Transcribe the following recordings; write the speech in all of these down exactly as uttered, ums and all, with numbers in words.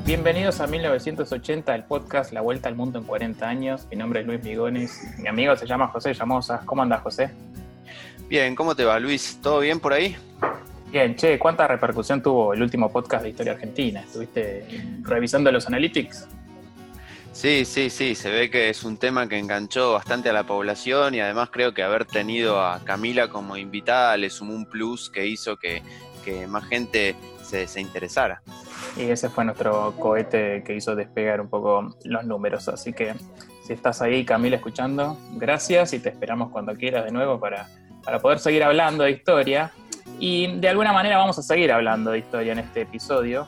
Bienvenidos a mil novecientos ochenta, el podcast La Vuelta al Mundo en cuarenta años. Mi nombre es Luis Migones, mi amigo se llama José Llamosa. ¿Cómo andás, José? Bien, ¿cómo te va, Luis? ¿Todo bien por ahí? Bien, che, ¿cuánta repercusión tuvo el último podcast de Historia Argentina? ¿Estuviste revisando los analytics? Sí, sí, sí, se ve que es un tema que enganchó bastante a la población y además creo que haber tenido a Camila como invitada le sumó un plus que hizo que, que más gente se, se interesara. Y ese fue nuestro cohete que hizo despegar un poco los números, así que si estás ahí, Camila, escuchando, gracias y te esperamos cuando quieras de nuevo para, para poder seguir hablando de historia. Y de alguna manera vamos a seguir hablando de historia en este episodio,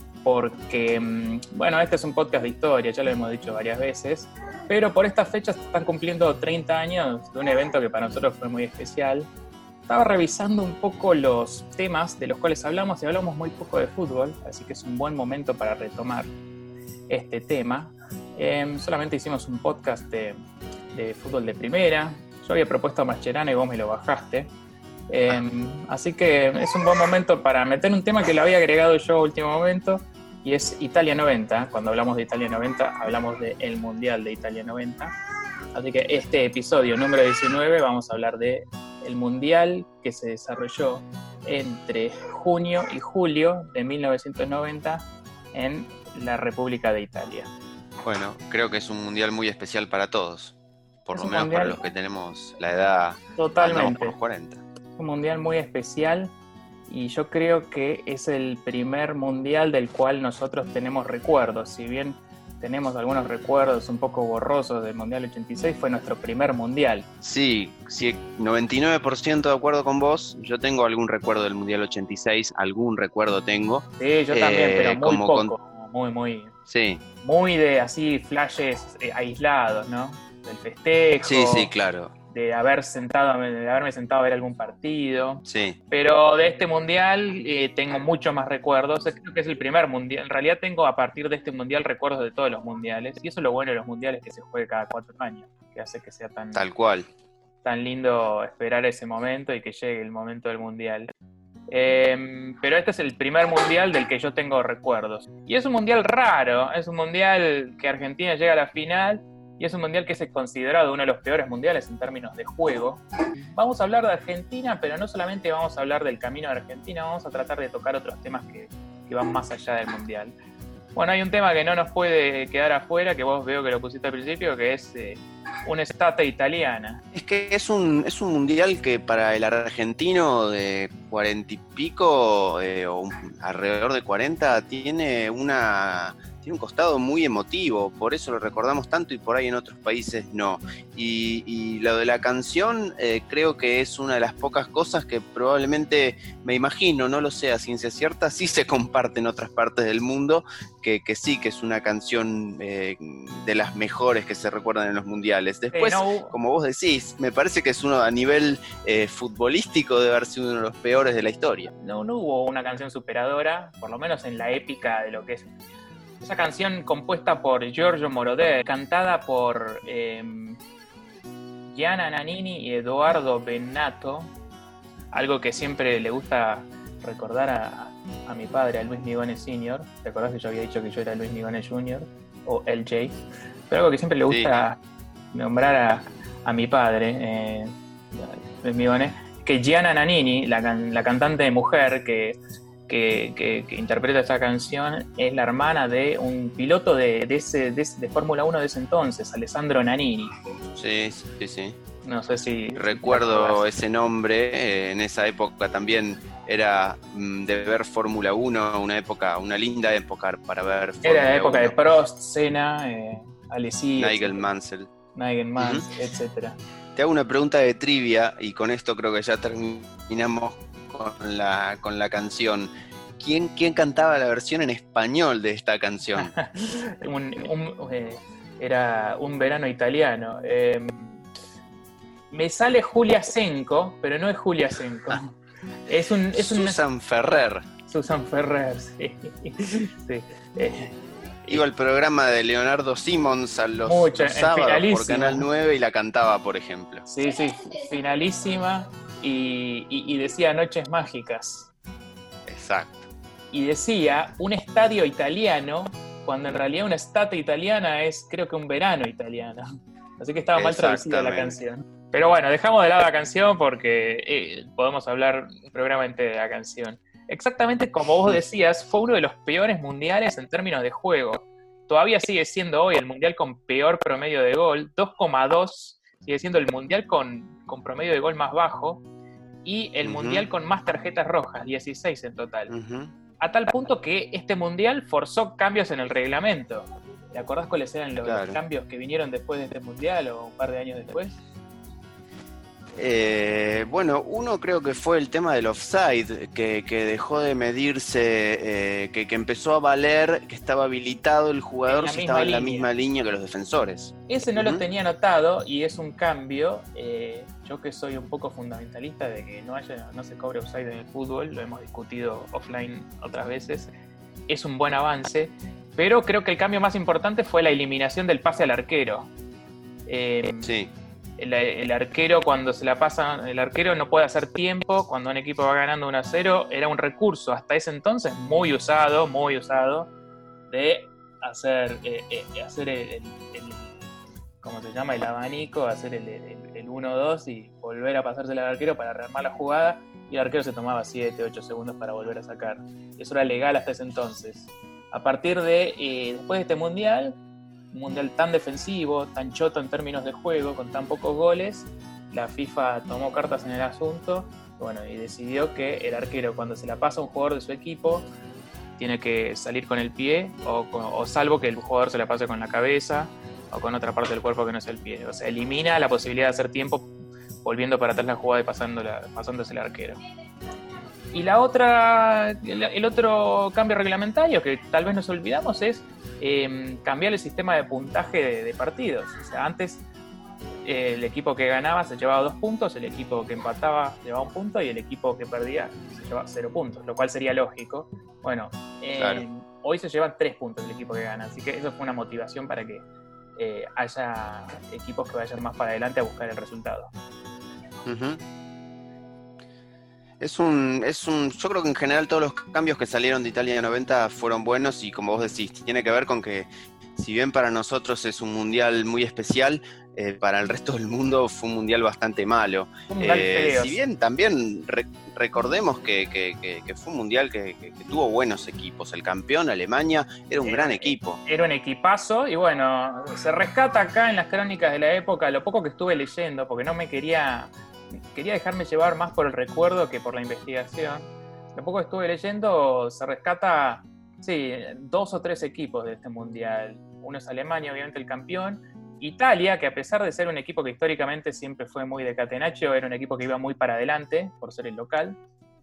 porque, bueno, este es un podcast de historia, ya lo hemos dicho varias veces, pero por estas fechas están cumpliendo treinta años de un evento que para nosotros fue muy especial. Estaba revisando un poco los temas de los cuales hablamos y hablamos muy poco de fútbol, así que es un buen momento para retomar este tema. Eh, solamente hicimos un podcast de, de fútbol de primera. Yo había propuesto a Mascherano y vos me lo bajaste. Eh, así que es un buen momento para meter un tema que lo había agregado yo a último momento, y es Italia noventa. Cuando hablamos de Italia noventa, hablamos del Mundial de Italia noventa. Así que este episodio número diecinueve vamos a hablar de el Mundial que se desarrolló entre junio y julio de mil novecientos noventa en la República de Italia. Bueno, creo que es un mundial muy especial para todos, por es lo menos mundial, para los que tenemos la edad, totalmente, por los cuarenta. Es un mundial muy especial y yo creo que es el primer mundial del cual nosotros tenemos recuerdos. Si bien tenemos algunos recuerdos un poco borrosos del Mundial ochenta y seis, fue nuestro primer mundial. Sí, sí, noventa y nueve por ciento de acuerdo con vos. Yo tengo algún recuerdo del Mundial ochenta y seis, algún recuerdo tengo. Sí, yo también, eh, pero muy como poco, con... muy, muy, sí. muy de así flashes eh, aislados, ¿no? Del festejo. Sí, sí, claro. De haber sentado, de haberme sentado a ver algún partido. Sí. Pero de este mundial eh, tengo muchos más recuerdos. Creo que es el primer mundial. En realidad tengo a partir de este mundial recuerdos de todos los mundiales. Y eso es lo bueno de los mundiales, que se juegue cada cuatro años. Que hace que sea tan, Tal cual. tan lindo esperar ese momento y que llegue el momento del mundial. Eh, pero este es el primer mundial del que yo tengo recuerdos. Y es un mundial raro. Es un mundial que Argentina llega a la final. Y es un mundial que es considerado uno de los peores mundiales en términos de juego. Vamos a hablar de Argentina, pero no solamente vamos a hablar del camino de Argentina, vamos a tratar de tocar otros temas que, que van más allá del mundial. Bueno, hay un tema que no nos puede quedar afuera, que vos veo que lo pusiste al principio, que es eh, una estate italiana. Es que es un, es un mundial que para el argentino de cuarenta y pico, eh, o alrededor de cuarenta, tiene una... tiene un costado muy emotivo, por eso lo recordamos tanto y por ahí en otros países no. Y, y lo de la canción eh, creo que es una de las pocas cosas que probablemente, me imagino, no lo sé a ciencia cierta, sí se comparte en otras partes del mundo, que, que sí que es una canción eh, de las mejores que se recuerdan en los mundiales. Después, eh, no, como vos decís, me parece que es uno a nivel eh, futbolístico debe haber sido uno de los peores de la historia. No, no hubo una canción superadora, por lo menos en la épica de lo que es. Esa canción compuesta por Giorgio Moroder, cantada por eh, Gianna Nannini y Edoardo Bennato, algo que siempre le gusta recordar a, a mi padre, a Luis Migones senior. ¿Te acordás que yo había dicho que yo era Luis Migones junior? O L J. Pero algo que siempre le gusta sí. nombrar a, a mi padre, eh, Luis Migones, que Gianna Nannini, la, la cantante de mujer que... Que, que, que interpreta esta canción, es la hermana de un piloto de, de, ese, de, de Fórmula uno de ese entonces, Alessandro Nannini. Sí, sí, sí. No sé si... Recuerdo ese nombre, eh, en esa época también era mm, de ver Fórmula uno, una época, una linda época para ver Fórmula Era la época uno. de Prost, Senna, eh, Alesi, Nigel Mansell. Nigel Mansell, uh-huh. etcétera. Te hago una pregunta de trivia y con esto creo que ya terminamos con la, con la canción. ¿Quién, ¿Quién cantaba la versión en español de esta canción? un, un, eh, era un verano italiano. Eh, me sale Julia Senko, pero no es Julia Senko. Es un, es Susan un... Ferrer. Susan Ferrer, sí. sí. Eh, Iba al programa de Leonardo Simons a los, mucho, los sábados por Canal nueve y la cantaba, por ejemplo. Sí, sí, finalísima. Y, y, y decía Noches Mágicas. Exacto. Y decía un estadio italiano cuando en realidad una estate italiana es, creo que un verano italiano. Así que estaba mal traducida la canción. Pero bueno, dejamos de lado la canción porque eh, podemos hablar un programa entero de la canción. Exactamente como vos decías, fue uno de los peores mundiales en términos de juego. Todavía sigue siendo hoy el mundial con peor promedio de gol, dos coma dos, sigue siendo el mundial con, con promedio de gol más bajo, y el uh-huh. mundial con más tarjetas rojas, dieciséis en total. Uh-huh. A tal punto que este mundial forzó cambios en el reglamento. ¿Te acordás cuáles eran los, claro. los cambios que vinieron después de este mundial o un par de años después? Eh, bueno, uno creo que fue el tema del offside, que, que dejó de medirse, eh, que, que empezó a valer que estaba habilitado el jugador si estaba en la misma línea que los defensores. Ese no uh-huh. lo tenía anotado y es un cambio. Eh, yo que soy un poco fundamentalista de que no haya, no se cobre offside en el fútbol, lo hemos discutido offline otras veces, es un buen avance, pero creo que el cambio más importante fue la eliminación del pase al arquero. Eh, sí. El, el arquero cuando se la pasa, el arquero no puede hacer tiempo cuando un equipo va ganando uno a cero, era un recurso hasta ese entonces muy usado, muy usado, de hacer, eh, eh, hacer el, el, el, ¿cómo se llama? El abanico, hacer el, el, el uno dos y volver a pasársela al arquero para rearmar la jugada, y el arquero se tomaba siete, ocho segundos para volver a sacar. Eso era legal hasta ese entonces. A partir de, eh, después de este mundial, un mundial tan defensivo, tan choto en términos de juego, con tan pocos goles, la FIFA tomó cartas en el asunto, bueno, y decidió que el arquero, cuando se la pasa a un jugador de su equipo, tiene que salir con el pie, o, o salvo que el jugador se la pase con la cabeza, o con otra parte del cuerpo que no es el pie. O sea, elimina la posibilidad de hacer tiempo volviendo para atrás la jugada y pasándola, pasándose el arquero. Y la otra, el, el otro cambio reglamentario que tal vez nos olvidamos es Eh, cambiar el sistema de puntaje de, de partidos. O sea, antes eh, el equipo que ganaba se llevaba dos puntos, el equipo que empataba llevaba un punto y el equipo que perdía se llevaba cero puntos, lo cual sería lógico. Bueno, eh, claro. Hoy se llevan tres puntos el equipo que gana, así que eso fue una motivación para que eh, haya equipos que vayan más para adelante a buscar el resultado. Uh-huh. Es un, es un, yo creo que en general todos los cambios que salieron de Italia noventa fueron buenos y como vos decís, tiene que ver con que si bien para nosotros es un mundial muy especial, eh, para el resto del mundo fue un mundial bastante malo. Eh, si bien también re, recordemos que, que, que, que fue un mundial que, que, que tuvo buenos equipos. El campeón, Alemania, era un era, gran equipo. Era un equipazo y bueno, se rescata acá en las crónicas de la época lo poco que estuve leyendo, porque no me quería... Quería dejarme llevar más por el recuerdo que por la investigación. Lo poco que estuve leyendo, se rescata, sí, dos o tres equipos de este mundial. Uno es Alemania, obviamente el campeón. Italia, que a pesar de ser un equipo que históricamente siempre fue muy de catenaccio, era un equipo que iba muy para adelante, por ser el local.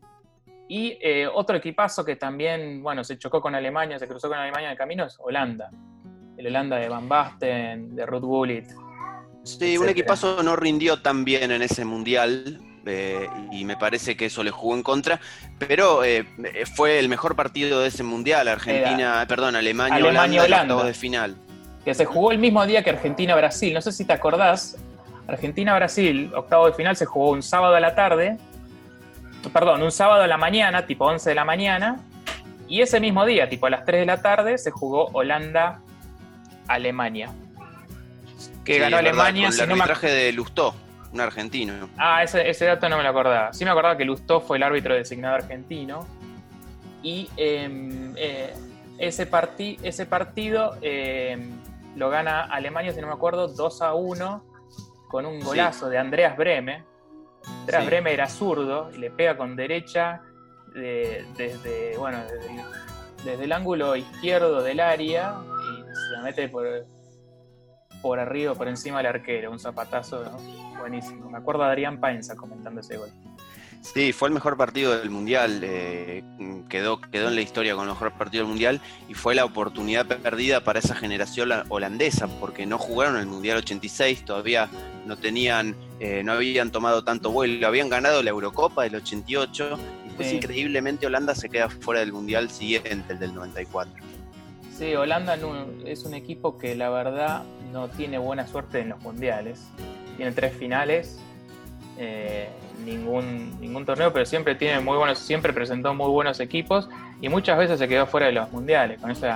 Y eh, otro equipazo que también, bueno, se chocó con Alemania, se cruzó con Alemania en el camino, es Holanda. El Holanda de Van Basten, de Ruud Gullit. Sí, etcétera. Un equipazo no rindió tan bien en ese mundial eh, y me parece que eso le jugó en contra, pero eh, fue el mejor partido de ese mundial, Argentina, Era. perdón, Alemania, Alemania Holanda, octavos de final. Que se jugó el mismo día que Argentina-Brasil, no sé si te acordás, Argentina-Brasil, octavo de final, se jugó un sábado a la tarde, perdón, un sábado a la mañana, tipo once de la mañana, y ese mismo día, tipo a las tres de la tarde, se jugó Holanda-Alemania. Que sí, ganó Alemania. Verdad, con el arbitraje no me... de Lustó, un argentino. Ah, ese, ese dato no me lo acordaba. Sí me acordaba que Lustó fue el árbitro designado argentino. Y eh, eh, ese, partí, ese partido eh, lo gana Alemania, si no me acuerdo, dos a uno, con un golazo sí. de Andreas Brehme. Andreas sí. Brehme era zurdo y le pega con derecha de, desde, bueno, desde, desde el ángulo izquierdo del área y se la mete por... por arriba, por encima del arquero, un zapatazo, ¿no? Buenísimo. Me acuerdo de Adrián Paenza comentando ese gol. Sí, fue el mejor partido del Mundial, eh, quedó, quedó en la historia con el mejor partido del Mundial y fue la oportunidad perdida para esa generación holandesa, porque no jugaron el Mundial ochenta y seis, todavía no tenían, eh, no habían tomado tanto vuelo, habían ganado la Eurocopa del ochenta y ocho y pues sí. increíblemente Holanda se queda fuera del Mundial siguiente, el del noventa y cuatro. Sí, Holanda no, es un equipo que la verdad no tiene buena suerte en los mundiales. Tiene tres finales, eh, ningún, ningún torneo, pero siempre tiene muy buenos, siempre presentó muy buenos equipos y muchas veces se quedó fuera de los mundiales, con esa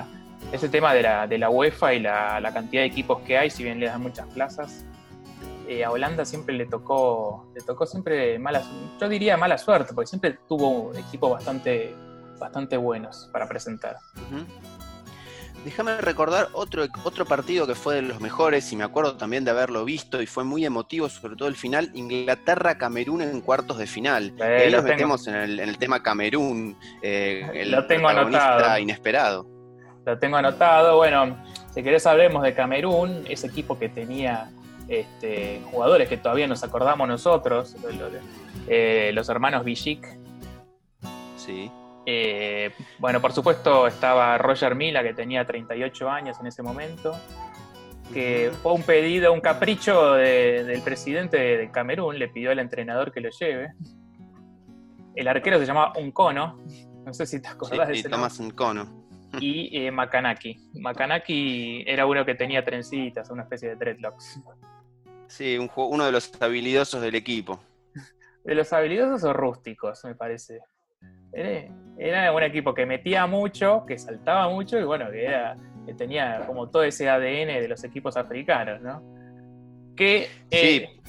ese tema de la, de la UEFA y la, la cantidad de equipos que hay, si bien le dan muchas plazas, eh, a Holanda siempre le tocó, le tocó siempre mala, yo diría mala suerte, porque siempre tuvo equipos bastante, bastante buenos para presentar. Uh-huh. Déjame recordar otro, otro partido que fue de los mejores, y me acuerdo también de haberlo visto, y fue muy emotivo, sobre todo el final, Inglaterra-Camerún en cuartos de final. Eh, y ahí nos tengo. metemos en el, en el tema Camerún, eh, el lo tengo protagonista anotado. inesperado. Lo tengo anotado. Bueno, si querés hablemos de Camerún, ese equipo que tenía este, jugadores que todavía nos acordamos nosotros, eh, los hermanos Bijik. Sí. Eh, bueno, por supuesto estaba Roger Milla, que tenía treinta y ocho años en ese momento, que fue un pedido, un capricho de, del presidente de Camerún, le pidió al entrenador que lo lleve. El arquero se llamaba Unkono, no sé si te acordás sí, de ese Thomas Unkono. Y eh, Makanaki. Makanaki era uno que tenía trencitas, una especie de dreadlocks. Sí, un, uno de los habilidosos del equipo. De los habilidosos o rústicos, me parece. Era, era un equipo que metía mucho, que saltaba mucho y bueno, que, era, que tenía como todo ese A D N de los equipos africanos, ¿no? Que eh, sí.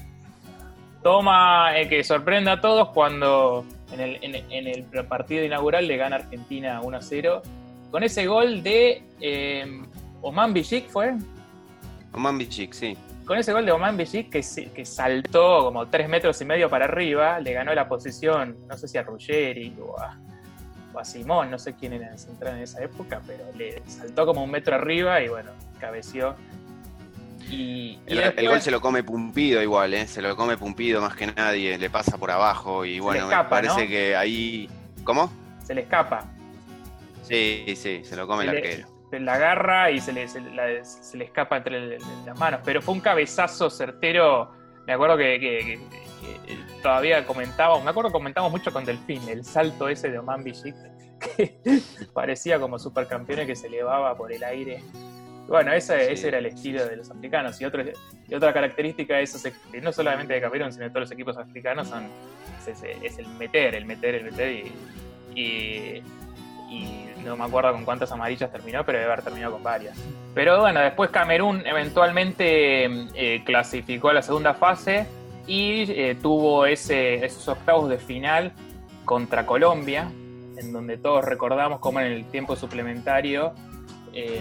toma, eh, que sorprende a todos cuando en el, en, en el partido inaugural le gana Argentina uno a cero con ese gol de eh, Oman Bijik, ¿fue? Oman Bijik, sí. Con ese gol de Oman Bijik que, que saltó como tres metros y medio para arriba, le ganó la posición, no sé si a Ruggeri o a, o a Simón, no sé quién era el central en esa época, pero le saltó como un metro arriba y bueno, cabeció. Y, y el, después, el gol se lo come Pumpido igual, ¿eh? Se lo come Pumpido más que nadie, le pasa por abajo y bueno, escapa, me parece, ¿no?, que ahí... ¿Cómo? Se le escapa. Sí, sí, se lo come se el le, arquero. Se la agarra y se le, se, la, se le escapa entre las manos, pero fue un cabezazo certero. Me acuerdo que, que, que, que todavía comentamos, me acuerdo que comentamos mucho con Delfín, el salto ese de Oman Bijik, que parecía como supercampeones que se elevaba por el aire. Bueno, ese, sí, ese era el estilo de los africanos. Y, otro, y otra característica de esos, no solamente de Camerún, sino de todos los equipos africanos, son, es, es el meter, el meter, el meter. Y, y, y no me acuerdo con cuántas amarillas terminó, pero debe haber terminado con varias. Pero bueno, después Camerún eventualmente eh, clasificó a la segunda fase y eh, tuvo ese, esos octavos de final contra Colombia, en donde todos recordamos cómo en el tiempo suplementario eh,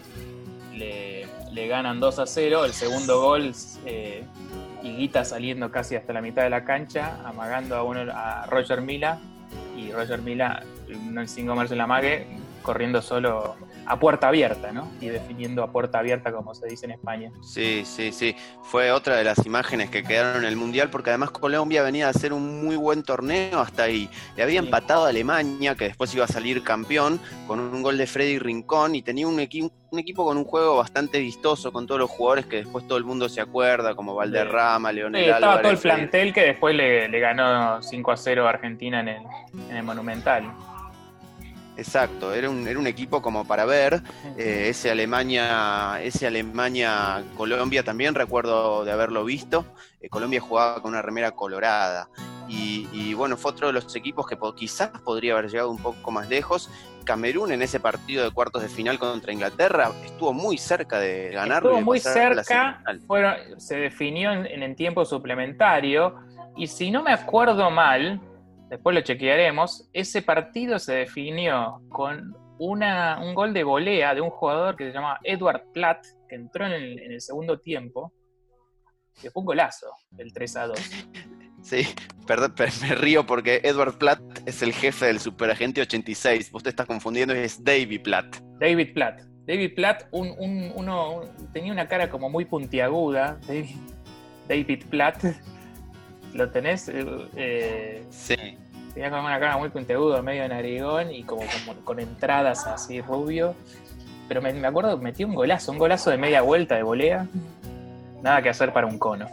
le, le ganan dos a cero, el segundo gol, eh, Higuita saliendo casi hasta la mitad de la cancha, amagando a, uno, a Roger Milla, y Roger Milla, no sin comerse la amague, corriendo solo a puerta abierta, ¿no? Y definiendo a puerta abierta, como se dice en España. Sí, sí, sí. Fue otra de las imágenes que quedaron en el Mundial, porque además Colombia venía a hacer un muy buen torneo hasta ahí. Le había sí. empatado a Alemania, que después iba a salir campeón, con un gol de Freddy Rincón, y tenía un, equi- un equipo con un juego bastante vistoso, con todos los jugadores que después todo el mundo se acuerda, como Valderrama, sí. Leonel sí, Álvarez. Estaba todo el plantel que después le, le ganó cinco a cero a Argentina en el, en el Monumental. Exacto, era un, era un equipo como para ver, eh, ese Alemania, ese Alemania Colombia también recuerdo de haberlo visto. eh, Colombia jugaba con una remera colorada y, y bueno, fue otro de los equipos que po- quizás podría haber llegado un poco más lejos. Camerún en ese partido de cuartos de final contra Inglaterra estuvo muy cerca de ganarlo. Estuvo y de muy pasar a la cerca, semifinal. fueron, se definió en, en el tiempo suplementario y si no me acuerdo mal, después lo chequearemos, ese partido se definió con una, un gol de volea de un jugador que se llama Edward Platt, que entró en el, en el segundo tiempo, que fue un golazo, el tres a dos. Sí, perdón, pero me río porque Edward Platt es el jefe del Superagente ochenta y seis. Vos te estás confundiendo, es David Platt. David Platt. David Platt un, un, uno, un, tenía una cara como muy puntiaguda. David, David Platt. ¿Lo tenés? Eh, sí. Tenía como una cara muy puntiaguda, medio narigón y como, como con entradas así rubio. Pero me, me acuerdo que metió un golazo, un golazo de media vuelta de volea. Nada que hacer para un cono.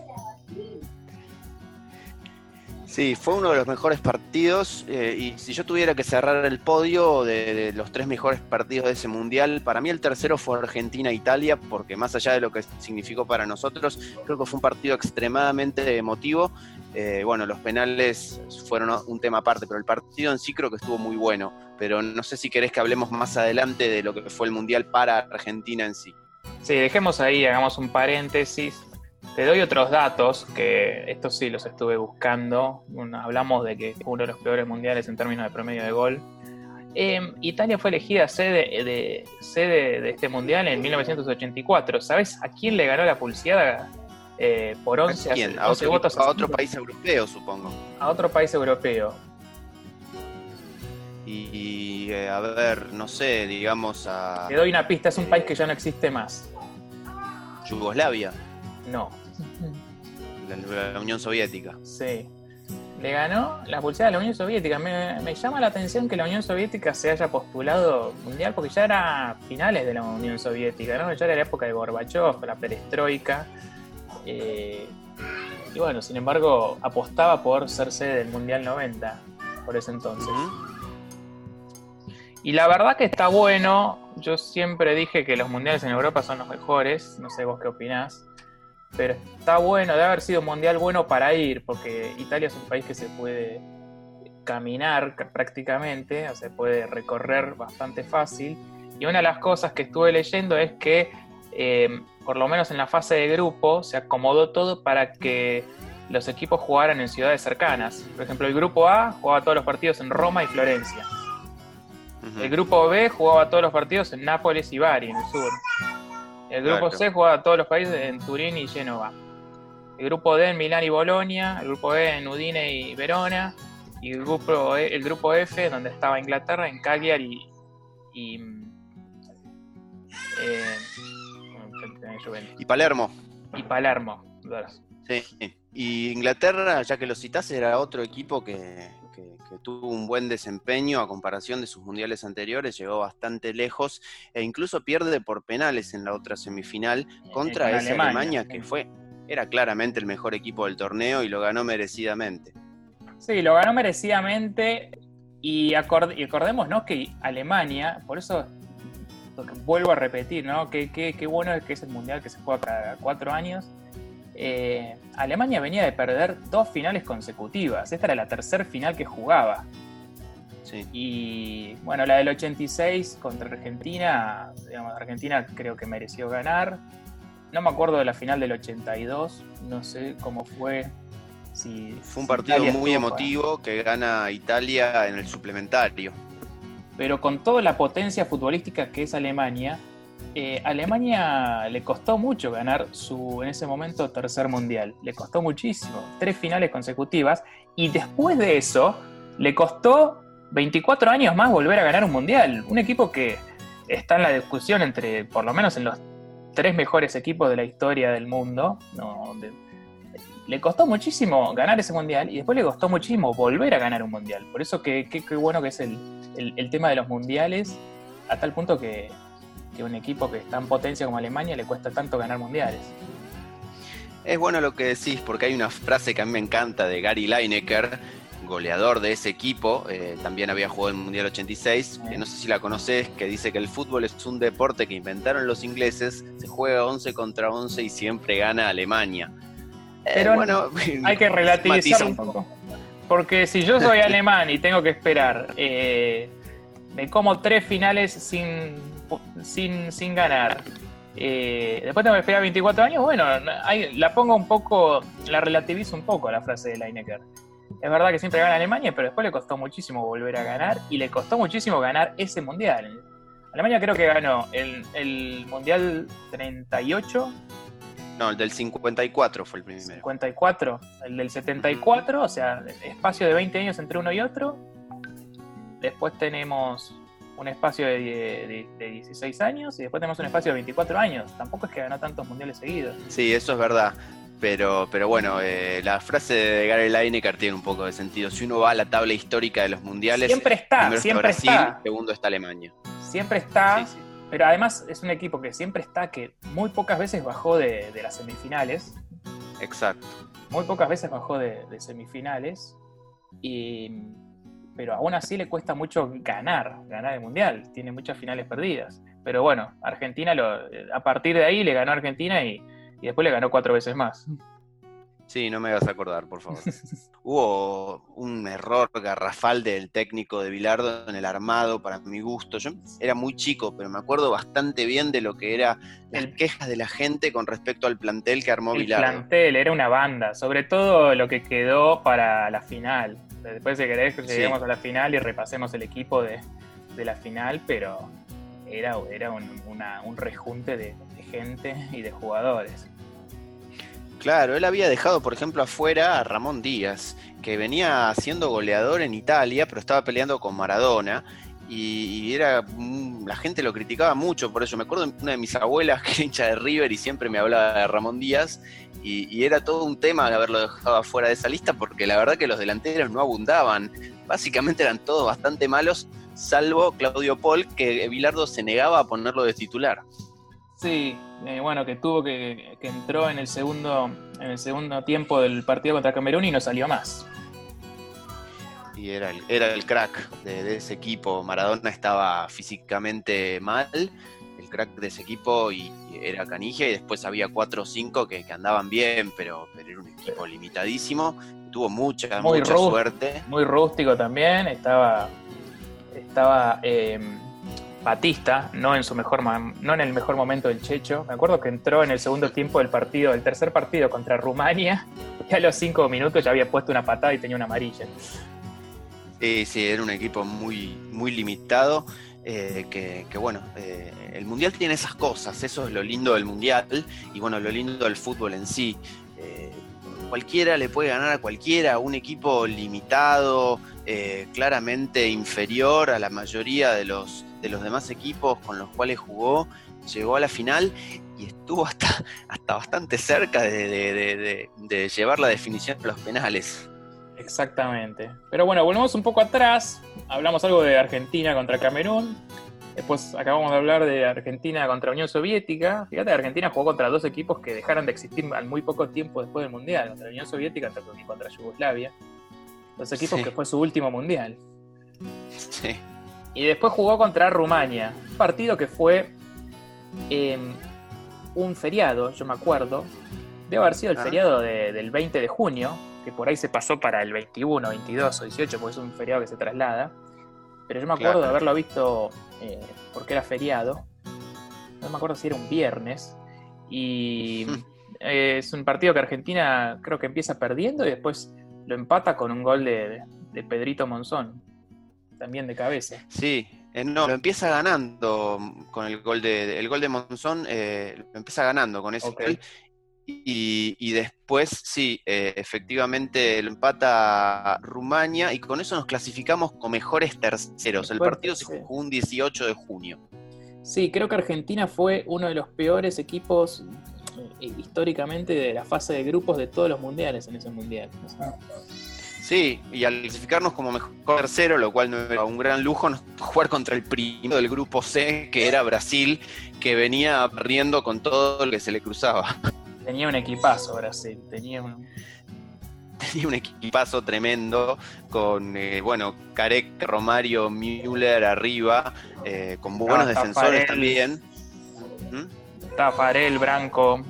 Sí, fue uno de los mejores partidos eh, y si yo tuviera que cerrar el podio de, de los tres mejores partidos de ese Mundial, para mí el tercero fue Argentina-Italia, porque más allá de lo que significó para nosotros, creo que fue un partido extremadamente emotivo Eh, bueno, los penales fueron un tema aparte, pero el partido en sí creo que estuvo muy bueno. Pero no sé si querés que hablemos más adelante de lo que fue el Mundial para Argentina en sí. Sí, dejemos ahí, hagamos un paréntesis. Te doy otros datos, que estos sí los estuve buscando. Bueno, hablamos de que uno de los peores mundiales en términos de promedio de gol. Eh, Italia fue elegida sede de, sede de este mundial en mil novecientos ochenta y cuatro. ¿Sabes a quién le ganó la pulseada eh, por once, ¿A quién? ¿A once otro, votos? A otro país europeo, supongo. A otro país europeo. Y, y eh, a ver, no sé, digamos a... Te doy una pista, es un eh, país que ya no existe más. Yugoslavia. No. La, la Unión Soviética. Sí. Le ganó la pulsera de la Unión Soviética. Me, me llama la atención que la Unión Soviética se haya postulado mundial, porque ya era finales de la Unión Soviética, ¿no? Ya era la época de Gorbachev, la perestroika. Eh, y bueno, sin embargo, apostaba por ser sede del Mundial noventa, por ese entonces. Uh-huh. Y la verdad que está bueno. Yo siempre dije que los mundiales en Europa son los mejores. No sé vos qué opinás. Pero está bueno, debe haber sido un mundial bueno para ir, porque Italia es un país que se puede caminar prácticamente, o se puede recorrer bastante fácil. Y una de las cosas que estuve leyendo es que, eh, por lo menos en la fase de grupo, se acomodó todo para que los equipos jugaran en ciudades cercanas. Por ejemplo, el grupo A jugaba todos los partidos en Roma y Florencia. Uh-huh. El grupo B jugaba todos los partidos en Nápoles y Bari, en el sur. El grupo claro. C jugaba todos los países en Turín y Génova. El grupo D en Milán y Bolonia. El grupo E en Udine y Verona. Y el grupo, e, el grupo F, donde estaba Inglaterra, en Cagliari y... y eh, y Palermo. Y Palermo. Sí. Y Inglaterra, ya que lo citás, era otro equipo que... Que, que tuvo un buen desempeño a comparación de sus mundiales anteriores, llegó bastante lejos e incluso pierde por penales en la otra semifinal contra esa Alemania, Alemania que fue, era claramente el mejor equipo del torneo y lo ganó merecidamente. Sí, lo ganó merecidamente y, acord- y acordémonos que Alemania, por eso vuelvo a repetir, ¿no? Qué que, que bueno es que es el mundial que se juega cada cuatro años. Eh, Alemania venía de perder dos finales consecutivas. Esta era la tercera final que jugaba. Sí. Y bueno, la del ochenta y seis contra Argentina, digamos, Argentina creo que mereció ganar. No me acuerdo de la final del ochenta y dos, no sé cómo fue. Si, fue un si partido Italia muy estuvo, emotivo para... que gana Italia en el suplementario. Pero con toda la potencia futbolística que es Alemania, Eh, Alemania le costó mucho ganar su, en ese momento, tercer mundial. Le costó muchísimo. Tres finales consecutivas. Y después de eso, le costó veinticuatro años más volver a ganar un mundial. Un equipo que está en la discusión entre, por lo menos en los tres mejores equipos de la historia del mundo. No, de, le costó muchísimo ganar ese mundial y después le costó muchísimo volver a ganar un mundial. Por eso que qué bueno que es el, el, el tema de los mundiales, a tal punto que que un equipo que está en potencia como Alemania le cuesta tanto ganar mundiales. Es bueno lo que decís, porque hay una frase que a mí me encanta de Gary Lineker, goleador de ese equipo, eh, también había jugado en el Mundial ochenta y seis, eh. que no sé si la conocés, que dice que el fútbol es un deporte que inventaron los ingleses, se juega once contra once y siempre gana Alemania. Eh, Pero bueno, hay que relativizar un poco. Porque si yo soy alemán y tengo que esperar, eh, me como tres finales sin... Sin, sin ganar. Eh, después tengo que esperar veinticuatro años. Bueno, hay, la pongo un poco, la relativizo un poco la frase de Lineker. Es verdad que siempre gana Alemania, pero después le costó muchísimo volver a ganar y le costó muchísimo ganar ese mundial. Alemania creo que ganó el, el mundial treinta y ocho. No, el del cincuenta y cuatro fue el primero. cincuenta y cuatro, el del setenta y cuatro, o sea, espacio de veinte años entre uno y otro. Después tenemos un espacio de, de, de dieciséis años y después tenemos un espacio de veinticuatro años. Tampoco es que ganó tantos mundiales seguidos. Sí, eso es verdad. Pero, pero bueno, eh, la frase de Gary Lineker tiene un poco de sentido. Si uno va a la tabla histórica de los mundiales, siempre está, primero siempre está Brasil, está. Segundo está Alemania. Siempre está, sí, sí. Pero además es un equipo que siempre está, que muy pocas veces bajó de, de las semifinales. Exacto. Muy pocas veces bajó de, de semifinales. Y... pero aún así le cuesta mucho ganar, ganar el mundial, tiene muchas finales perdidas. Pero bueno, Argentina, lo, a partir de ahí le ganó a Argentina y, y después le ganó cuatro veces más. Sí, no me hagas acordar, por favor. Hubo un error garrafal del técnico de Bilardo en el armado, para mi gusto. Yo era muy chico, pero me acuerdo bastante bien de lo que eran las El- quejas de la gente con respecto al plantel que armó El Bilardo. plantel era una banda, sobre todo lo que quedó para la final. Después, si querés, lleguemos Sí. a la final y repasemos el equipo de, de la final, pero era, era un, una- un rejunte de, de gente y de jugadores. Claro, él había dejado, por ejemplo, afuera a Ramón Díaz, que venía siendo goleador en Italia, pero estaba peleando con Maradona. Y, y era mm, la gente lo criticaba mucho por eso. Me acuerdo de una de mis abuelas que era hincha de River y siempre me hablaba de Ramón Díaz. Y, y era todo un tema haberlo dejado afuera de esa lista, porque la verdad que los delanteros no abundaban. Básicamente eran todos bastante malos, salvo Claudio Pol, que Bilardo se negaba a ponerlo de titular. Sí, eh, bueno, que tuvo que, que entró en el segundo en el segundo tiempo del partido contra Camerún y no salió más. Y era el, era el crack de, de ese equipo. Maradona estaba físicamente mal, el crack de ese equipo, y, y era Canigia, y después había cuatro o cinco que, que andaban bien, pero, pero era un equipo limitadísimo. Tuvo mucha, Muy mucha rú- suerte. Muy rústico también, estaba estaba eh, Batista, no en su mejor ma- no en el mejor momento del Checho. Me acuerdo que entró en el segundo tiempo del partido, del tercer partido contra Rumania, y a los cinco minutos ya había puesto una patada y tenía una amarilla. Sí, sí, era un equipo muy, muy limitado. Eh, que, que bueno, eh, el Mundial tiene esas cosas, eso es lo lindo del Mundial, y bueno, lo lindo del fútbol en sí. Eh, cualquiera le puede ganar a cualquiera, un equipo limitado, eh, claramente inferior a la mayoría de los, de los demás equipos con los cuales jugó, llegó a la final y estuvo hasta, hasta bastante cerca de, de, de, de, de llevar la definición de los penales. Exactamente. Pero bueno, volvemos un poco atrás. Hablamos algo de Argentina contra Camerún. Después acabamos de hablar de Argentina contra Unión Soviética. Fíjate, Argentina jugó contra dos equipos que dejaron de existir al muy poco tiempo después del Mundial. Contra la Unión Soviética y contra Yugoslavia. Dos equipos Sí. que fue su último Mundial. Sí. Y después jugó contra Rumania. Un partido que fue eh, un feriado, yo me acuerdo. Debe haber sido el Ah. feriado de- del veinte de junio, que por ahí se pasó para el veintiuno, veintidós o dieciocho, porque es un feriado que se traslada. Pero yo me acuerdo Claro. de haberlo visto eh, porque era feriado. No me acuerdo si era un viernes. Y eh, es un partido que Argentina creo que empieza perdiendo y después lo empata con un gol de, de Pedrito Monzón, también de cabeza. Sí, eh, no, lo empieza ganando con el gol de el gol de Monzón, eh, lo empieza ganando con ese Ok. gol. Y, y después, sí, eh, efectivamente lo empata Rumania y con eso nos clasificamos como mejores terceros. El Mejor partido se tercero. jugó un dieciocho de junio. Sí, creo que Argentina fue uno de los peores equipos eh, históricamente de la fase de grupos de todos los mundiales en ese mundial. O sea, Sí, y al clasificarnos como mejor tercero, lo cual no era un gran lujo, nos tocó jugar contra el primero del grupo C, que era Brasil, que venía perdiendo con todo lo que se le cruzaba. tenía un equipazo Brasil, tenía un... Tenía un equipazo tremendo con, eh, bueno, Carec, Romario, Müller arriba, eh, con buenos Estaba defensores Tafarel. también. ¿Mm? Tafarel, Branco.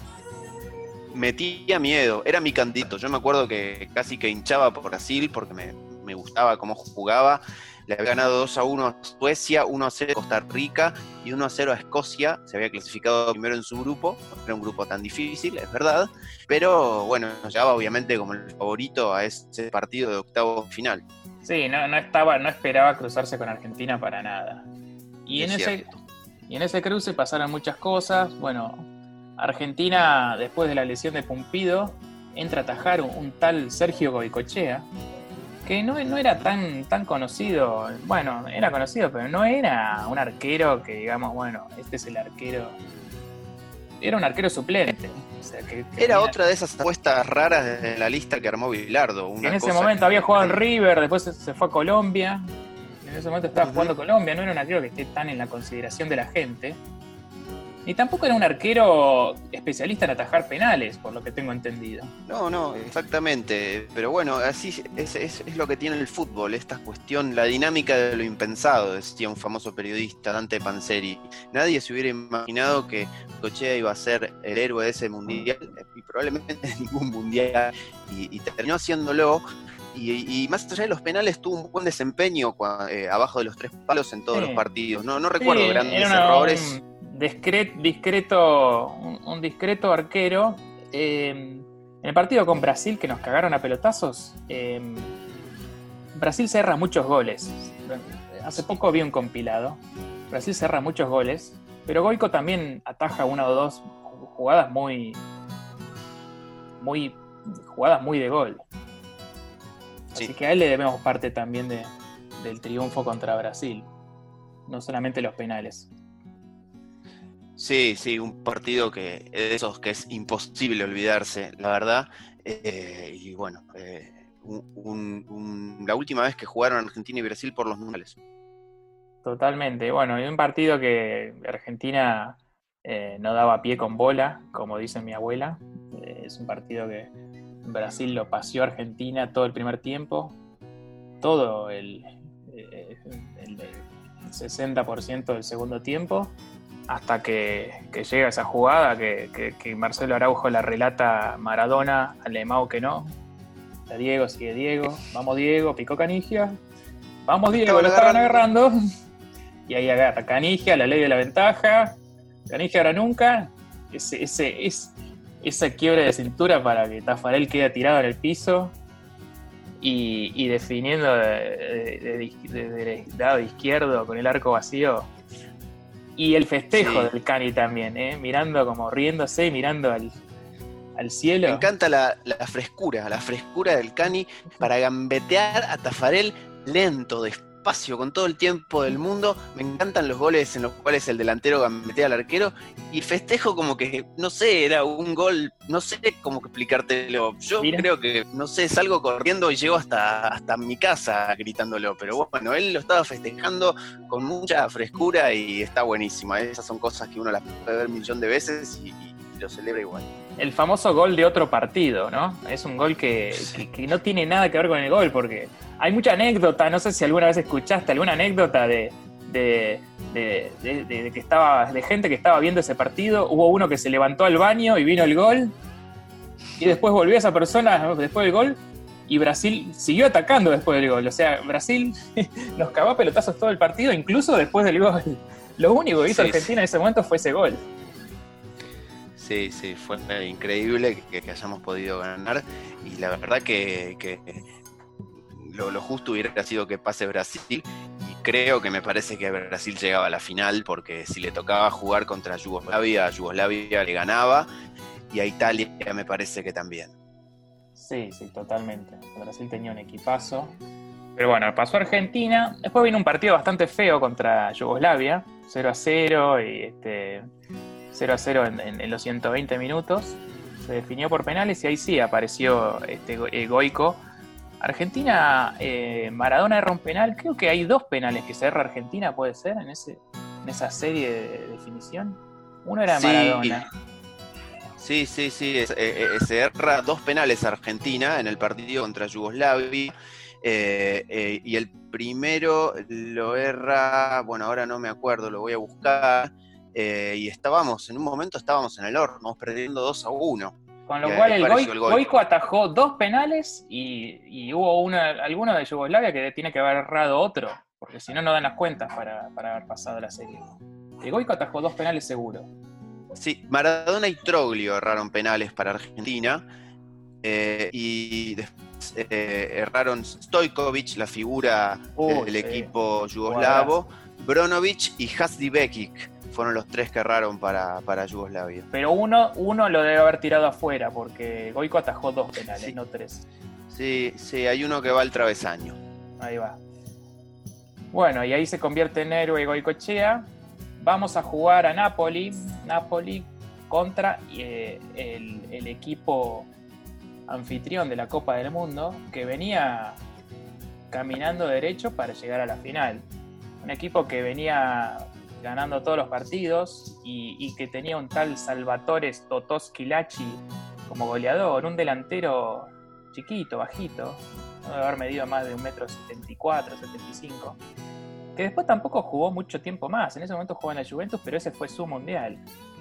Metía miedo, era mi candidato. Yo me acuerdo que casi que hinchaba por Brasil porque me, me gustaba cómo jugaba. Le había ganado dos a uno a Suecia, uno a cero a Costa Rica y uno a cero a Escocia. Se había clasificado primero en su grupo, no era un grupo tan difícil, es verdad, pero bueno, nos llevaba obviamente como el favorito a ese partido de octavo final. Sí, no, no estaba, no esperaba cruzarse con Argentina para nada. Y en, Es ese, cierto. y en ese cruce pasaron muchas cosas. Bueno, Argentina, después de la lesión de Pumpido, entra a atajar un, un tal Sergio Goicoechea, que no, no era tan, tan conocido. Bueno, era conocido, pero no era un arquero que digamos, bueno, este es el arquero. Era un arquero suplente. O sea, que, que Era tenía- otra de esas apuestas raras de la lista que armó Bilardo. que Una en ese cosa momento que- había jugado en River, después se, se fue a Colombia. En ese momento estaba Ujú. jugando Colombia, no era un arquero que esté tan en la consideración de la gente. Ni tampoco era un arquero especialista en atajar penales, por lo que tengo entendido. No, no, exactamente. Pero bueno, así es, es, es lo que tiene el fútbol, esta cuestión, la dinámica de lo impensado, decía un famoso periodista, Dante Panzeri. Nadie se hubiera imaginado que Cochea iba a ser el héroe de ese mundial, y probablemente de ningún mundial, y, y terminó haciéndolo. Y, y más allá de los penales, tuvo un buen desempeño eh, abajo de los tres palos en todos sí. los partidos. No, no recuerdo sí, grandes una, errores. Un discret, discreto, un, un discreto arquero. Eh, en el partido con Brasil, que nos cagaron a pelotazos, eh, Brasil se erra muchos goles. Hace poco vi un compilado. Brasil se erra muchos goles, pero Goico también ataja una o dos jugadas muy, muy, jugadas muy de gol. Así sí. que a él le debemos parte también de, del triunfo contra Brasil, no solamente los penales. Sí, sí, un partido que de esos que es imposible olvidarse, la verdad. Eh, y bueno, eh, un, un, la última vez que jugaron Argentina y Brasil por los mundiales. Totalmente. Bueno, y un partido que Argentina eh, no daba pie con bola, como dice mi abuela. Eh, es un partido que Brasil lo paseó a Argentina todo el primer tiempo, todo el, el, el sesenta por ciento del segundo tiempo, hasta que, que llega esa jugada que, que, que Marcelo Araujo la relata Maradona, a Lemao que no. A Diego, sigue Diego, vamos Diego, picó Canigia, vamos Diego, lo estaban agarrando, y ahí agarra Canigia, la ley de la ventaja, Canigia ahora nunca, ese, ese, ese esa quiebra de cintura para que Taffarel quede tirado en el piso y, y definiendo de, de, de, de, de lado izquierdo con el arco vacío, y el festejo sí. del Cani también, ¿eh? mirando como riéndose, mirando al, al cielo. Me encanta la, la frescura, la frescura del Cani para gambetear a Taffarel lento, despacio, con todo el tiempo del mundo. Me encantan los goles en los cuales el delantero gambetea al arquero y festejo como que, no sé, era un gol, no sé cómo explicártelo. Yo Mira. creo que, no sé, salgo corriendo y llego hasta, hasta mi casa gritándolo, pero bueno, él lo estaba festejando con mucha frescura y está buenísima. Esas son cosas que uno las puede ver un millón de veces y, y lo celebra igual. El famoso gol de otro partido, ¿no? Es un gol que, que, que no tiene nada que ver con el gol, porque hay mucha anécdota, no sé si alguna vez escuchaste alguna anécdota de, de, de, de, de, de que estaba, de gente que estaba viendo ese partido. Hubo uno que se levantó al baño y vino el gol, y después volvió esa persona después del gol, y Brasil siguió atacando después del gol. O sea, Brasil nos cagó a pelotazos todo el partido, incluso después del gol. Lo único que hizo sí, Argentina sí. en ese momento fue ese gol. Sí, sí, fue increíble que, que hayamos podido ganar, y la verdad que, que lo, lo justo hubiera sido que pase Brasil, y creo que me parece que Brasil llegaba a la final, porque si le tocaba jugar contra Yugoslavia, a Yugoslavia le ganaba, y a Italia me parece que también. Sí, sí, totalmente. Brasil tenía un equipazo. Pero bueno, pasó Argentina, después vino un partido bastante feo contra Yugoslavia, cero a cero, y este... cero a cero en, en, en los ciento veinte minutos, se definió por penales y ahí sí apareció este eh, Goico. Argentina, eh, Maradona erra un penal, creo que hay dos penales que se erra Argentina, puede ser, en ese en esa serie de definición. Uno era sí, Maradona. Sí, sí, sí, es, eh, eh, se erra dos penales Argentina en el partido contra Yugoslavia. Eh, eh, y el primero lo erra, bueno, ahora no me acuerdo, lo voy a buscar. Eh, y estábamos, en un momento estábamos en el horno, vamos perdiendo dos a uno. Con lo y cual el, Goico, el Goico atajó dos penales y, y hubo una, alguno de Yugoslavia que tiene que haber errado otro, porque si no, no dan las cuentas para, para haber pasado la serie. El Goico atajó dos penales seguro. Sí, Maradona y Troglio erraron penales para Argentina, eh, y después eh, erraron Stojkovic, la figura uh, del sí. equipo yugoslavo, Bronovic y Hadzibekic. Fueron los tres que erraron para, para Yugoslavia. Pero uno, uno lo debe haber tirado afuera, porque Goico atajó dos penales, sí. no tres. Sí, sí, hay uno que va al travesaño. Ahí va. Bueno, y ahí se convierte en héroe Goicoechea. Vamos a jugar a Napoli. Napoli contra eh, el, el equipo anfitrión de la Copa del Mundo, que venía caminando derecho para llegar a la final. Un equipo que venía ganando todos los partidos, y, y que tenía un tal Salvatore Totò Schillaci como goleador, un delantero chiquito, bajito, no debe haber medido más de un metro setenta y cuatro, setenta y cinco, que después tampoco jugó mucho tiempo más. En ese momento jugó en la Juventus, pero ese fue su mundial.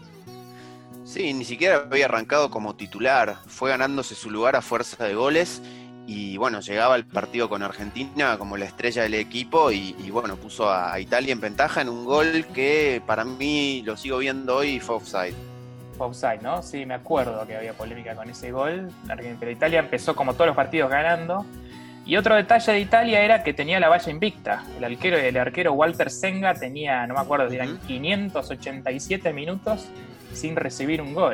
Sí, ni siquiera había arrancado como titular, fue ganándose su lugar a fuerza de goles y bueno, llegaba al partido con Argentina como la estrella del equipo y, y bueno, puso a Italia en ventaja en un gol que para mí, lo sigo viendo hoy, fue offside. Fue offside, ¿no? Sí, me acuerdo que había polémica con ese gol, pero Italia empezó como todos los partidos ganando. Y otro detalle de Italia era que tenía la valla invicta. El arquero, el arquero Walter Senga tenía, no me acuerdo, uh-huh. eran quinientos ochenta y siete minutos sin recibir un gol.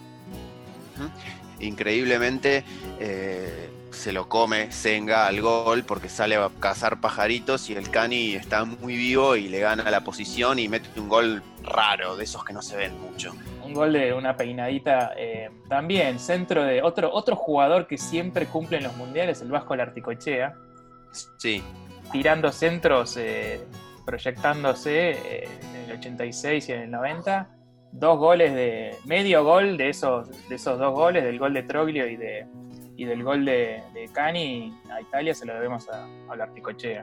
Uh-huh. Increíblemente eh, se lo come Senga al gol porque sale a cazar pajaritos y el Cani está muy vivo y le gana la posición y mete un gol raro, de esos que no se ven mucho. Un gol de una peinadita, eh, también centro de otro, otro jugador que siempre cumple en los mundiales, el Vasco Larticochea. Sí. Tirando centros, eh, proyectándose eh, en el ochenta y seis y en el noventa. Dos goles de. medio gol de esos, de esos dos goles, del gol de Troglio y, de, y del gol de, de Cani a Italia, se lo debemos a, a Larticochea.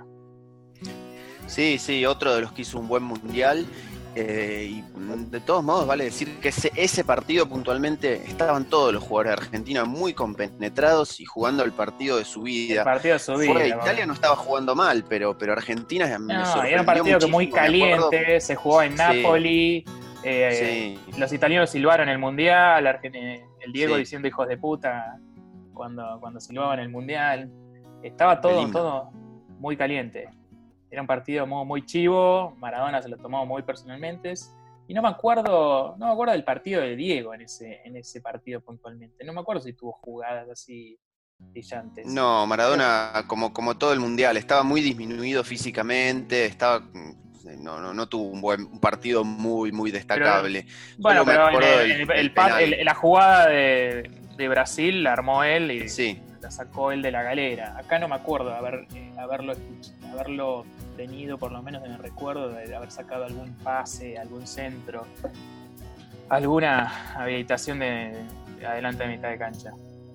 Sí, sí, otro de los que hizo un buen mundial. Eh, y de todos modos vale decir que ese, ese partido puntualmente estaban todos los jugadores de Argentina muy compenetrados y jugando el partido de su vida. El partido de su vida. Fue, Italia no estaba jugando mal, pero, pero Argentina no, me sorprendió era un partido que muy caliente, acuerdo, se jugó en Napoli, sí, eh, sí. Los italianos silbaron el Mundial, el Diego sí. diciendo hijos de puta cuando, cuando silbaban el Mundial. Estaba todo, todo muy caliente. Era un partido muy, muy chivo, Maradona se lo tomó muy personalmente, y no me acuerdo, no me acuerdo del partido de Diego en ese, en ese partido puntualmente. No me acuerdo si tuvo jugadas así brillantes. No, Maradona, como, como todo el mundial, estaba muy disminuido físicamente, estaba, no, no, no tuvo un buen un partido muy, muy destacable. Pero, bueno, pero en el, del, el, el, el, la jugada de, de Brasil la armó él y sí. la sacó él de la galera. Acá no me acuerdo de haber, eh, haberlo, haberlo tenido, por lo menos en el recuerdo, de haber sacado algún pase, algún centro, alguna habilitación de, de adelante de mitad de cancha.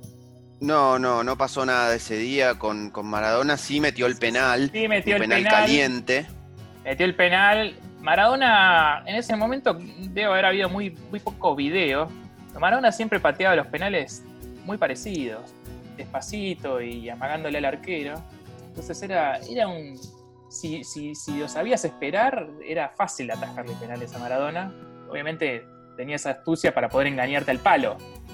No, no, no pasó nada ese día con, con Maradona. Sí metió el penal, sí, metió un el penal, penal caliente. Metió el penal. Maradona, en ese momento debe haber habido muy, muy poco video. Maradona siempre pateaba los penales muy parecidos, despacito y amagándole al arquero. Entonces era, era un... Si, si, si lo sabías esperar, era fácil atajarle penales a Maradona. Obviamente tenía esa astucia para poder engañarte al palo,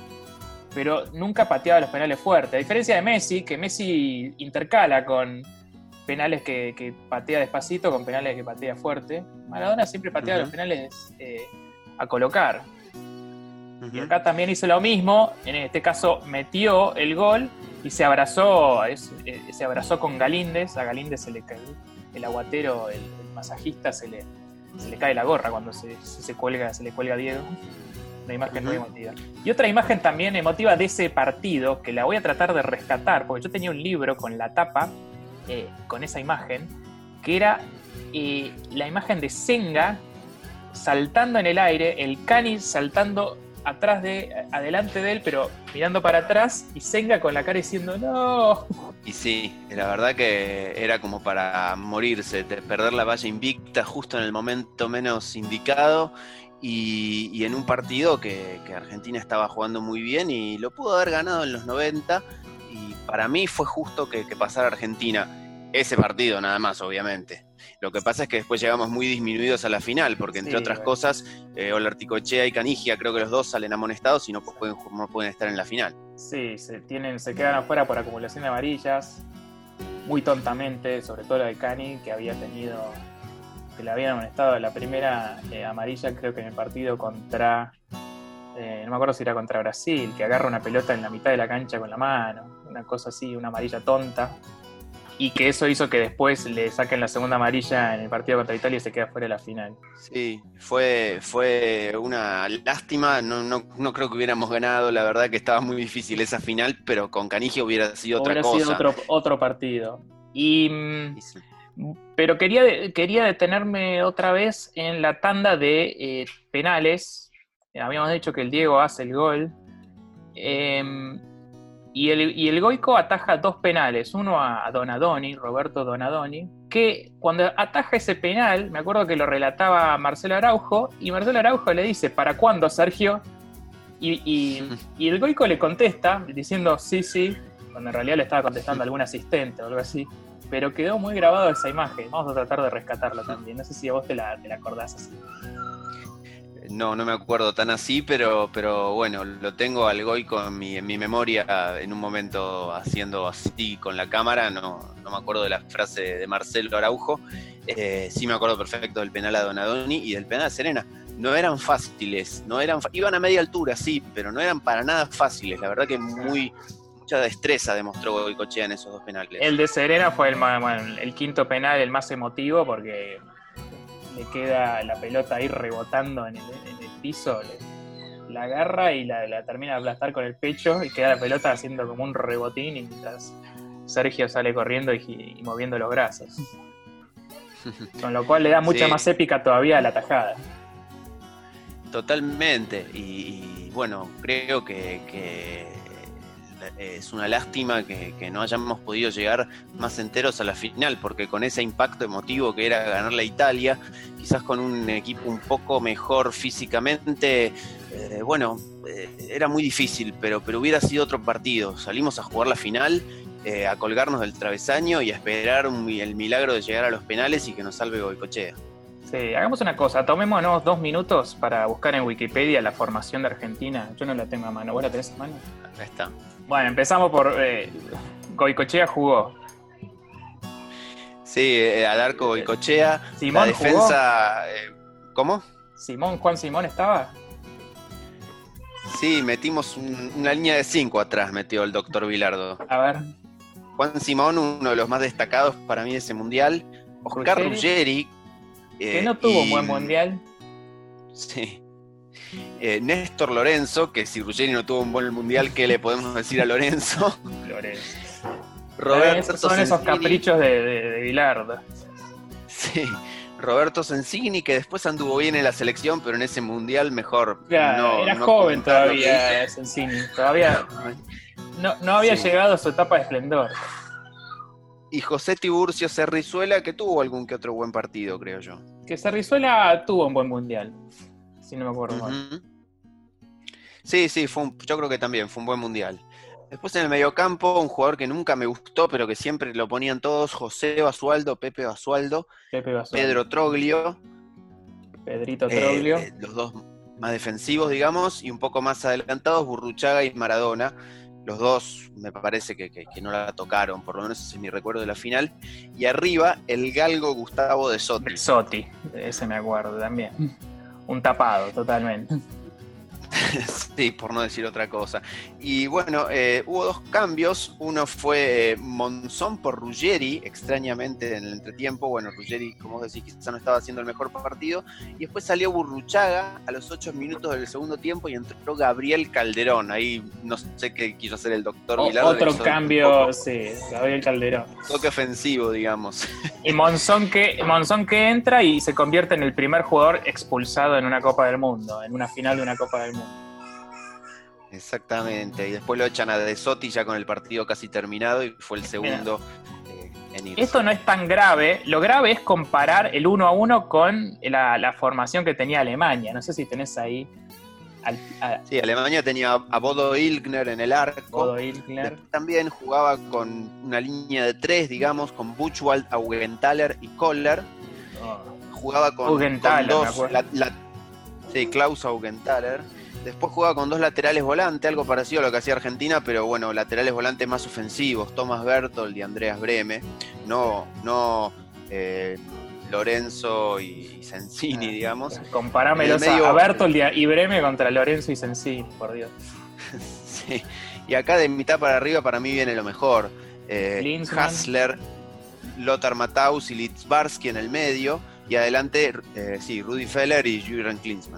pero nunca pateaba los penales fuertes. A diferencia de Messi, que Messi intercala con penales que, que patea despacito con penales que patea fuerte. Maradona siempre pateaba uh-huh. los penales eh, a colocar. Uh-huh. Y acá también hizo lo mismo. En este caso metió el gol y se abrazó, es, eh, se abrazó con Galíndez. A Galíndez se le cae el aguatero, el, el masajista, se le, se le cae la gorra cuando se, se, se, cuelga, se le cuelga a Diego. Una imagen uh-huh. muy emotiva. Y otra imagen también emotiva de ese partido, que la voy a tratar de rescatar, porque yo tenía un libro con la tapa, eh, con esa imagen, que era eh, la imagen de Senga saltando en el aire, el Cani saltando atrás de, adelante de él, pero mirando para atrás, y Senga con la cara diciendo ¡no! Y sí, la verdad que era como para morirse, de perder la valla invicta justo en el momento menos indicado, y, y en un partido que, que Argentina estaba jugando muy bien y lo pudo haber ganado en los noventa, y para mí fue justo que, que pasara Argentina ese partido nada más, obviamente. Lo que pasa es que después llegamos muy disminuidos a la final, porque entre sí, otras bueno. cosas, eh, Olarticochea y Canigia, creo que los dos salen amonestados y no pueden, no pueden estar en la final. Sí, se, tienen, se quedan afuera por acumulación de amarillas, muy tontamente, sobre todo la de Cani, que había tenido, que le habían amonestado la primera eh, amarilla, creo que en el partido contra, eh, no me acuerdo si era contra Brasil, que agarra una pelota en la mitad de la cancha con la mano, una cosa así, una amarilla tonta. Y que eso hizo que después le saquen la segunda amarilla en el partido contra Italia y se queda fuera de la final. Sí, fue, fue una lástima, no, no, no creo que hubiéramos ganado, la verdad que estaba muy difícil esa final, pero con Canigia hubiera sido hubiera otra cosa. Hubiera sido otro, otro partido. Y sí, sí. Pero quería, de- quería detenerme otra vez en la tanda de eh, penales. Habíamos dicho que el Diego hace el gol. Eh, y, el, y el Goico ataja dos penales. Uno a Donadoni, Roberto Donadoni, que cuando ataja ese penal, me acuerdo que lo relataba Marcelo Araujo, y Marcelo Araujo le dice, ¿para cuándo, Sergio? Y, y, y el Goico le contesta diciendo sí, sí, cuando en realidad le estaba contestando a algún asistente o algo así. Pero quedó muy grabado esa imagen. Vamos a tratar de rescatarla también. No sé si a vos te la, te la acordás así. No, no me acuerdo tan así, pero, pero bueno, lo tengo al Goico en mi, en mi memoria en un momento haciendo así con la cámara. No, no me acuerdo de la frase de Marcelo Araujo. Eh, sí me acuerdo perfecto del penal a Donadoni y del penal a Serena. No eran fáciles, no eran, iban a media altura, sí, pero no eran para nada fáciles. La verdad que muy mucha destreza demostró Goicoechea en esos dos penales. El de Serena fue el, más, bueno, el quinto penal, el más emotivo, porque le queda la pelota ahí rebotando en el, en el piso, le, la agarra y la, la termina de aplastar con el pecho y queda la pelota haciendo como un rebotín y mientras Sergio sale corriendo y, y moviendo los brazos. Con lo cual le da mucha sí. más épica todavía a la tajada. Totalmente, y, y bueno, creo que, que es una lástima que, que no hayamos podido llegar más enteros a la final, porque con ese impacto emotivo que era ganarle a Italia, quizás con un equipo un poco mejor físicamente, eh, bueno, eh, era muy difícil, pero, pero hubiera sido otro partido. Salimos a jugar la final, eh, a colgarnos del travesaño y a esperar un, el milagro de llegar a los penales y que nos salve Goicoechea. Sí, hagamos una cosa, tomémonos dos minutos para buscar en Wikipedia la formación de Argentina. Yo no la tengo a mano, ¿vos la tenés a mano? Acá está. Bueno, empezamos por... Eh, Goicoechea jugó. Sí, eh, al arco Goicoechea. Simón la defensa... Eh, ¿Cómo? Simón, Juan Simón estaba. Sí, metimos un, una línea de cinco atrás, metió el doctor Bilardo. A ver. Juan Simón, uno de los más destacados para mí de ese mundial. Oscar Ruggeri, Ruggeri que no tuvo y, un buen mundial. Sí. Eh, Néstor Lorenzo, que si Ruggeri no tuvo un buen mundial, ¿qué le podemos decir a Lorenzo? Lorenzo. Roberto Son esos Sensini. Caprichos de, de, de Bilardo. Sí. Roberto Sensini, que después anduvo bien en la selección, pero en ese mundial mejor. Claro, no, era no joven todavía Sensini. Todavía no, no había sí. llegado a su etapa de esplendor. Y José Tiburcio Cerrizuela, que tuvo algún que otro buen partido, creo yo. Que Cerrizuela tuvo un buen mundial, si no me acuerdo uh-huh. mal. Sí, sí, fue un, yo creo que también fue un buen mundial. Después en el mediocampo, un jugador que nunca me gustó, pero que siempre lo ponían todos, José Basualdo, Pepe Basualdo, Pepe Basualdo. Pedro Troglio. Pedrito Troglio. Eh, eh, los dos más defensivos, digamos, y un poco más adelantados, Burruchaga y Maradona. Los dos me parece que, que, que no la tocaron, por lo menos ese es mi recuerdo de la final. Y arriba, el galgo Gustavo de Sotti. De Sotti, ese me acuerdo también. Un tapado, totalmente. Sí, por no decir otra cosa. Y bueno, eh, hubo dos cambios. Uno fue eh, Monzón por Ruggeri, extrañamente en el entretiempo. Bueno, Ruggeri, como vos decís, quizá no estaba haciendo el mejor partido. Y después salió Burruchaga a los ocho minutos del segundo tiempo y entró Gabriel Calderón. Ahí no sé qué quiso hacer el doctor o, Bilardo. Otro cambio, sí, Gabriel Calderón. Toque ofensivo, digamos. Y Monzón que, Monzón que entra y se convierte en el primer jugador expulsado en una Copa del Mundo, en una final de una Copa del Mundo. Exactamente, y después lo echan a De Sotti ya con el partido casi terminado y fue el segundo eh, en irse. Esto no es tan grave, lo grave es comparar el uno a uno con la, la formación que tenía Alemania, no sé si tenés ahí... Al, a... Sí, Alemania tenía a Bodo Illgner en el arco. Bodo Illgner. También jugaba con una línea de tres, digamos, con Buchwald, Augenthaler y Koller. Oh. Jugaba con, con dos... La, la, sí, Klaus Augenthaler. Después jugaba con dos laterales volantes, algo parecido a lo que hacía Argentina, pero bueno, laterales volantes más ofensivos, Thomas Berthold y Andreas Brehme, no, no eh, Lorenzo y Sensini, digamos. Comparámelos medio... a Berthold y Brehme contra Lorenzo y Sensini, por Dios. Sí, y acá de mitad para arriba para mí viene lo mejor. Eh, Hassler, Lothar Matthaus y Litzbarski en el medio, y adelante, eh, sí, Rudi Feller y Jürgen Klinsmann.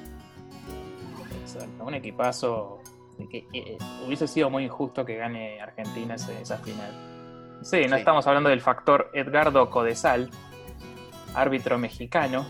Un equipazo que eh, hubiese sido muy injusto que gane Argentina ese, esa final. Sí, no Sí. estamos hablando del factor Edgardo Codesal, árbitro mexicano.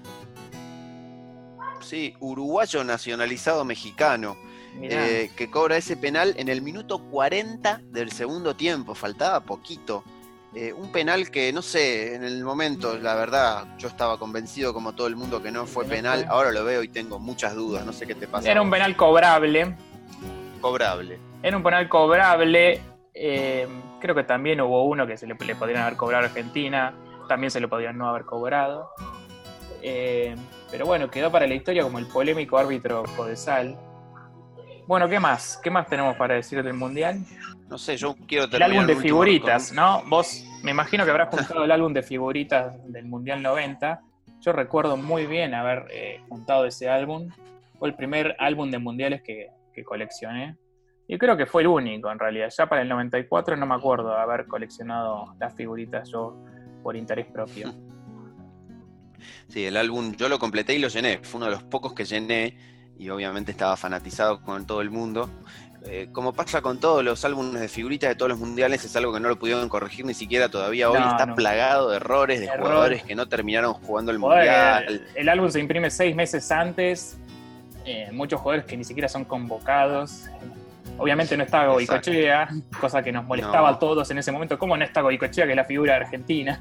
Sí, uruguayo nacionalizado mexicano, Mirá, eh, que cobra ese penal en el minuto cuarenta del segundo tiempo, faltaba poquito. Eh, un penal que, no sé, en el momento, la verdad, yo estaba convencido como todo el mundo que no fue Que no penal, fue. ahora lo veo y tengo muchas dudas, no sé qué te pasa. era a un vos. penal cobrable. Cobrable. Era un penal cobrable. Eh, creo que también hubo uno que se le, le podrían haber cobrado a Argentina. También se le podrían no haber cobrado. Eh, pero bueno, quedó para la historia como el polémico árbitro Codesal. Bueno, ¿qué más? ¿Qué más tenemos para decir del Mundial? No sé, yo quiero El terminar álbum de el último figuritas, con- ¿no? Vos, me imagino que habrás juntado el álbum de figuritas del Mundial noventa. Yo recuerdo muy bien haber eh, juntado ese álbum. Fue el primer álbum de mundiales que, que coleccioné. Y creo que fue el único, en realidad. Ya para el noventa y cuatro no me acuerdo de haber coleccionado las figuritas yo por interés propio. Sí, el álbum yo lo completé y lo llené. Fue uno de los pocos que llené y obviamente estaba fanatizado con todo el mundo. Eh, como pasa con todos los álbumes de figuritas de todos los mundiales, es algo que no lo pudieron corregir ni siquiera todavía hoy. No, Está no. plagado de errores de Error. jugadores que no terminaron jugando el Joder, mundial. el, el álbum se imprime seis meses antes. Eh, muchos jugadores que ni siquiera son convocados. Obviamente no está Goicoechea, cosa que nos molestaba No. a todos en ese momento. ¿Cómo no está Goicoechea, que es la figura de Argentina?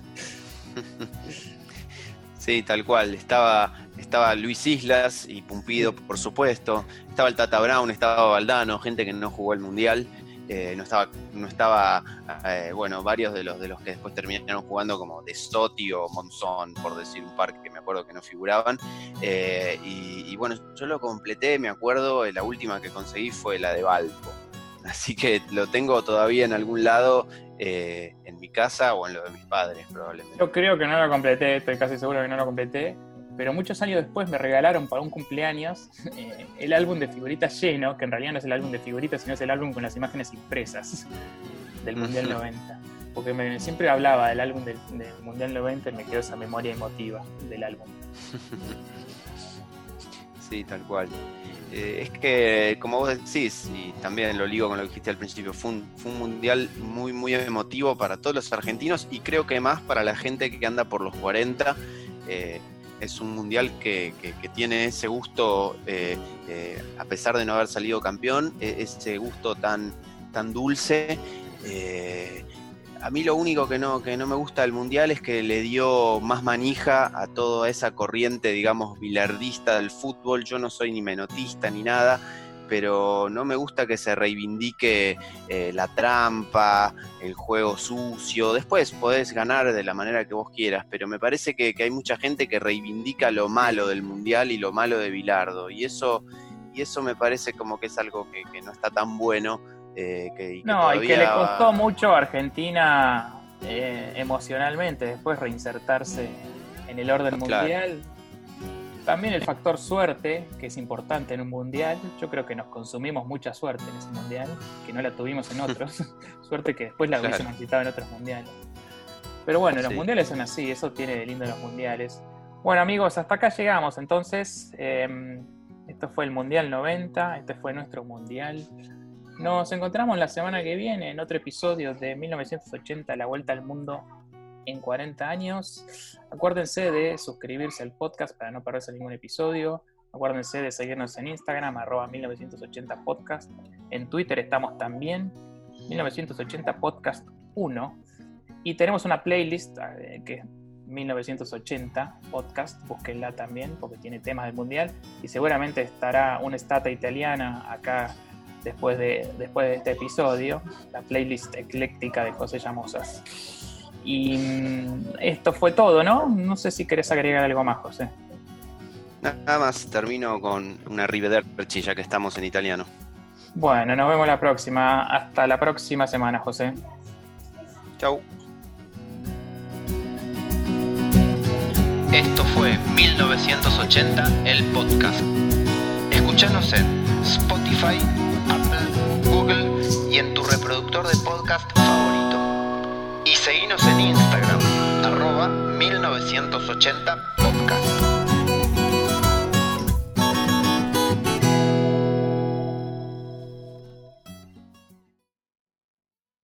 Sí, tal cual. Estaba, estaba Luis Islas y Pumpido, por supuesto. Estaba el Tata Brown, estaba Valdano, gente que no jugó el mundial. Eh, no estaba, no estaba eh, bueno, varios de los de los que después terminaron jugando, como De Sotti o Monzón, por decir un par que me acuerdo que no figuraban. Eh, y, y bueno, yo lo completé, me acuerdo, eh, la última que conseguí fue la de Valpo. Así que lo tengo todavía en algún lado, eh, en mi casa o en lo de mis padres, probablemente. Yo creo que no lo completé, estoy casi seguro que no lo completé. Pero muchos años después me regalaron para un cumpleaños eh, el álbum de figuritas lleno, que en realidad no es el álbum de figuritas, sino es el álbum con las imágenes impresas del Mundial noventa. Porque me, siempre hablaba del álbum del, del Mundial noventa y me quedó esa memoria emotiva del álbum. Sí, tal cual. Eh, es que, como vos decís, y también lo ligo con lo que dijiste al principio, fue un, fue un mundial muy, muy emotivo para todos los argentinos y creo que más para la gente que anda por los cuarenta. Eh, es un mundial que, que, que tiene ese gusto, eh, eh, a pesar de no haber salido campeón, eh, ese gusto tan, tan dulce. Eh, a mí lo único que no, que no me gusta del mundial es que le dio más manija a toda esa corriente, digamos, bilardista del fútbol. Yo no soy ni menotista ni nada, pero no me gusta que se reivindique eh, la trampa, el juego sucio. Después podés ganar de la manera que vos quieras, pero me parece que, que hay mucha gente que reivindica lo malo del mundial y lo malo de Bilardo, y eso, y eso me parece como que es algo que, que no está tan bueno. Eh, que, y que No, todavía... y que le costó mucho a Argentina eh, emocionalmente después reinsertarse en el orden Claro. mundial. También el factor suerte, que es importante en un mundial. Yo creo que nos consumimos mucha suerte en ese mundial, que no la tuvimos en otros. Suerte que después la Claro. hubiésemos necesitado en otros mundiales. Pero bueno, los Sí. mundiales son así, eso tiene de lindo los mundiales. Bueno, amigos, hasta acá llegamos. Entonces, eh, esto fue el Mundial noventa, este fue nuestro mundial. Nos encontramos la semana que viene en otro episodio de mil novecientos ochenta, La Vuelta al Mundo en cuarenta años. Acuérdense de suscribirse al podcast para no perderse ningún episodio. Acuérdense de seguirnos en Instagram, arroba mil novecientos ochenta podcast. En Twitter estamos también, mil novecientos ochenta podcast uno. Y tenemos una playlist eh, que es mil novecientos ochenta podcast, búsquenla también porque tiene temas del mundial. Y seguramente estará una estata italiana acá después de, después de este episodio, la playlist ecléctica de José Llamosas. Y mmm, esto fue todo, ¿no? No sé si querés agregar algo más, José. Nada más, termino con una arrivederci, ya que estamos en italiano. Bueno, nos vemos la próxima. Hasta la próxima semana, José. Chau. Esto fue mil novecientos ochenta, el podcast. Escuchanos en Spotify, Apple, Google y en tu reproductor de podcast favorito. Y seguinos en Instagram, arroba mil novecientos ochenta